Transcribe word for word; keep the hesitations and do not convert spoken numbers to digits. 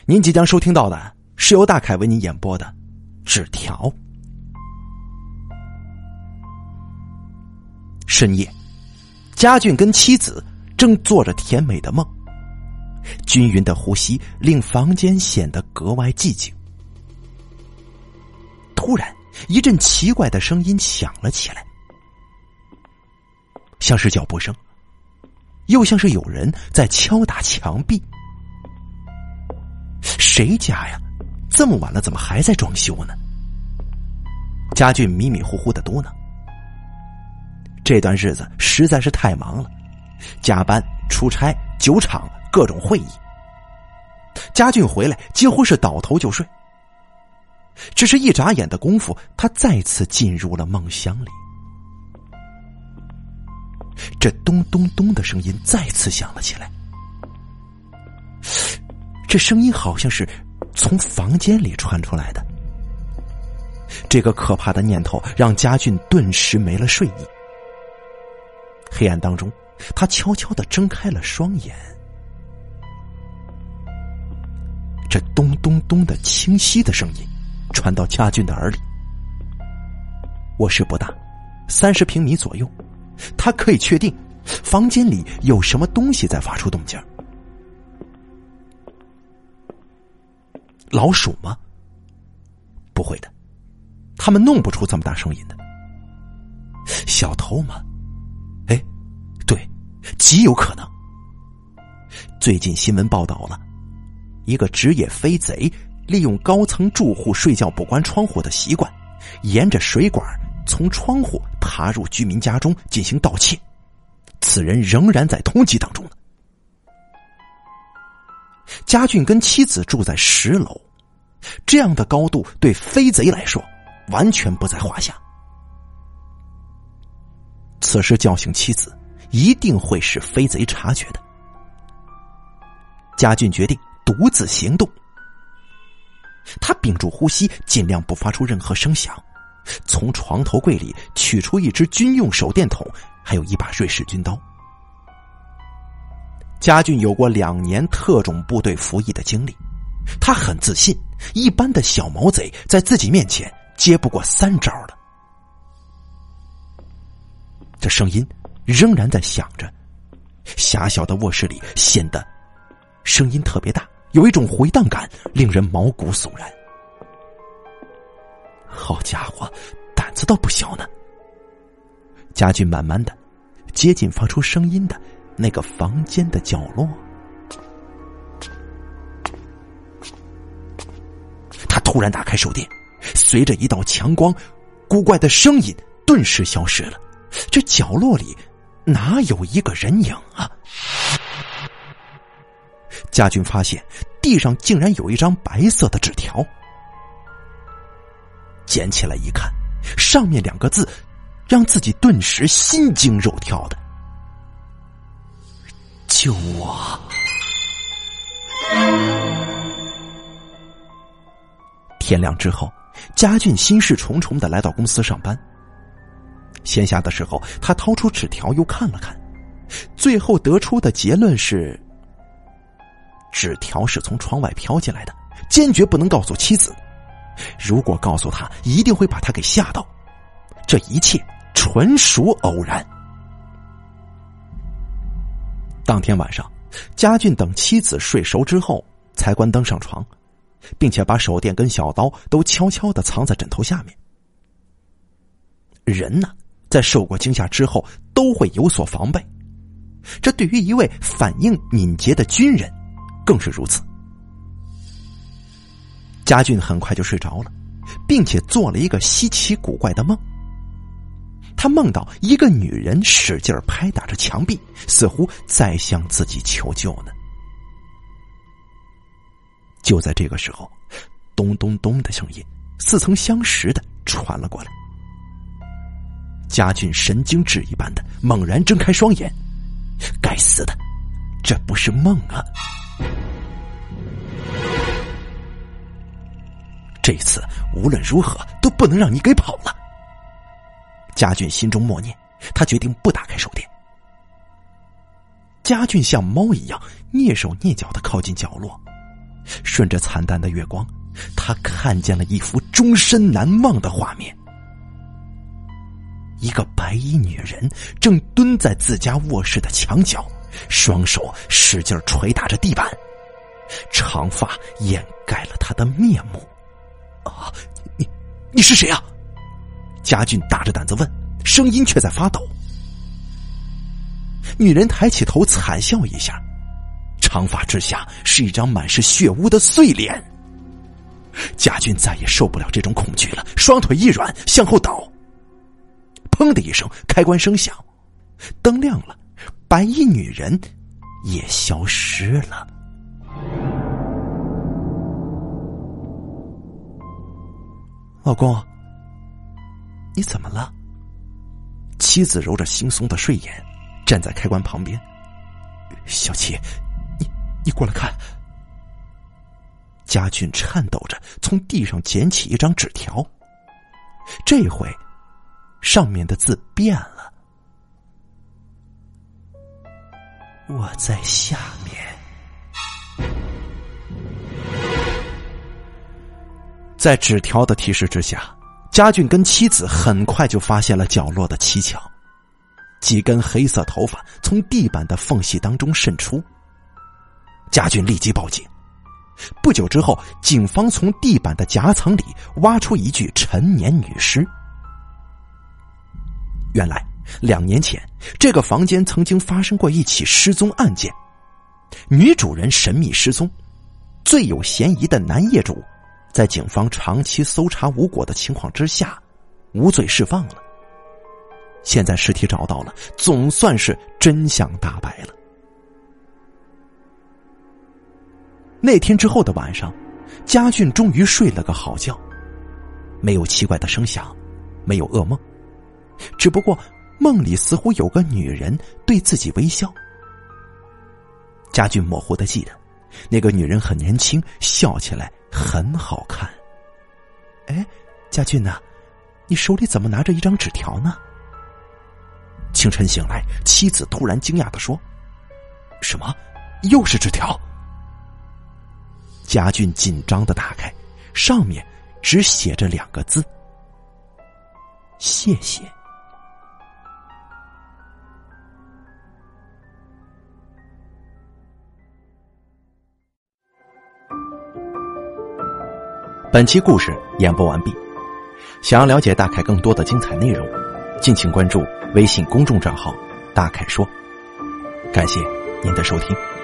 您即将收听到的是由大凯为您演播的纸条。深夜，家俊跟妻子正做着甜美的梦，均匀的呼吸令房间显得格外寂静。突然，一阵奇怪的声音响了起来，像是脚步声，又像是有人在敲打墙壁。谁家呀？这么晚了怎么还在装修呢？家俊迷迷糊糊的嘟囔。这段日子实在是太忙了，加班、出差、酒厂、各种会议。家俊回来几乎是倒头就睡。只是一眨眼的功夫，他再次进入了梦乡里。这咚咚咚的声音再次响了起来。这声音好像是从房间里传出来的。这个可怕的念头让家俊顿时没了睡意。黑暗当中，他悄悄地睁开了双眼。这咚咚咚的清晰的声音传到家俊的耳里。卧室不大，三十平米左右，他可以确定房间里有什么东西在发出动静。老鼠吗？不会的，他们弄不出这么大声音的。小偷吗？哎，对，极有可能。最近新闻报道了，一个职业飞贼利用高层住户睡觉不关窗户的习惯，沿着水管从窗户爬入居民家中进行盗窃，此人仍然在通缉当中呢。家俊跟妻子住在十楼，这样的高度对飞贼来说完全不在话下。此时叫醒妻子，一定会使飞贼察觉的。家俊决定独自行动。他屏住呼吸，尽量不发出任何声响，从床头柜里取出一支军用手电筒，还有一把瑞士军刀。家俊有过两年特种部队服役的经历，他很自信，一般的小毛贼在自己面前接不过三招的。这声音仍然在响着，狭小的卧室里显得声音特别大，有一种回荡感，令人毛骨悚然。好家伙，胆子倒不小呢。家俊慢慢的接近发出声音的那个房间的角落。他突然打开手电，随着一道强光，古怪的声音顿时消失了。这角落里哪有一个人影啊？家俊发现地上竟然有一张白色的纸条，捡起来一看，上面两个字让自己顿时心惊肉跳的：救我！天亮之后，家俊心事重重的来到公司上班。闲暇的时候，他掏出纸条又看了看，最后得出的结论是，纸条是从窗外飘进来的，坚决不能告诉妻子。如果告诉他，一定会把他给吓到。这一切纯属偶然。当天晚上，家俊等妻子睡熟之后，才关灯上床，并且把手电跟小刀都悄悄地藏在枕头下面。人呢，在受过惊吓之后都会有所防备，这对于一位反应敏捷的军人更是如此。家俊很快就睡着了，并且做了一个稀奇古怪的梦。他梦到一个女人使劲拍打着墙壁，似乎在向自己求救呢。就在这个时候，咚咚咚的声音似曾相识的传了过来。家俊神经质一般的猛然睁开双眼，该死的，这不是梦啊！这次无论如何都不能让你给跑了。家俊心中默念，他决定不打开手电。家俊像猫一样蹑手蹑脚地靠近角落， 顺着惨淡的月光，他看见了一幅终身难忘的画面。一个白衣女人正蹲在自家卧室的墙角，双手使劲捶打着地板，长发掩盖了她的面目。啊，你你是谁啊？家俊大着胆子问，声音却在发抖。女人抬起头惨笑一下，长发之下是一张满是血污的碎脸。家俊再也受不了这种恐惧了，双腿一软向后倒。砰的一声，开关声响，灯亮了，白衣女人也消失了。老公，你怎么了？妻子揉着惺忪的睡眼，站在开关旁边。小七，你你过来看。家俊颤抖着从地上捡起一张纸条，这回上面的字变了。我在下面。在纸条的提示之下，家俊跟妻子很快就发现了角落的蹊跷，几根黑色头发从地板的缝隙当中渗出。家俊立即报警。不久之后，警方从地板的夹层里挖出一具陈年女尸。原来两年前，这个房间曾经发生过一起失踪案件，女主人神秘失踪，最有嫌疑的男业主在警方长期搜查无果的情况之下无罪释放了。现在尸体找到了，总算是真相大白了。那天之后的晚上，家俊终于睡了个好觉，没有奇怪的声响，没有噩梦，只不过梦里似乎有个女人对自己微笑。家俊模糊地记得，那个女人很年轻，笑起来很好看。哎，家俊呐，你手里怎么拿着一张纸条呢？清晨醒来，妻子突然惊讶地说：什么？又是纸条？家俊紧张地打开，上面只写着两个字：谢谢。本期故事演播完毕。想要了解大凯更多的精彩内容，敬请关注微信公众账号大凯说。感谢您的收听。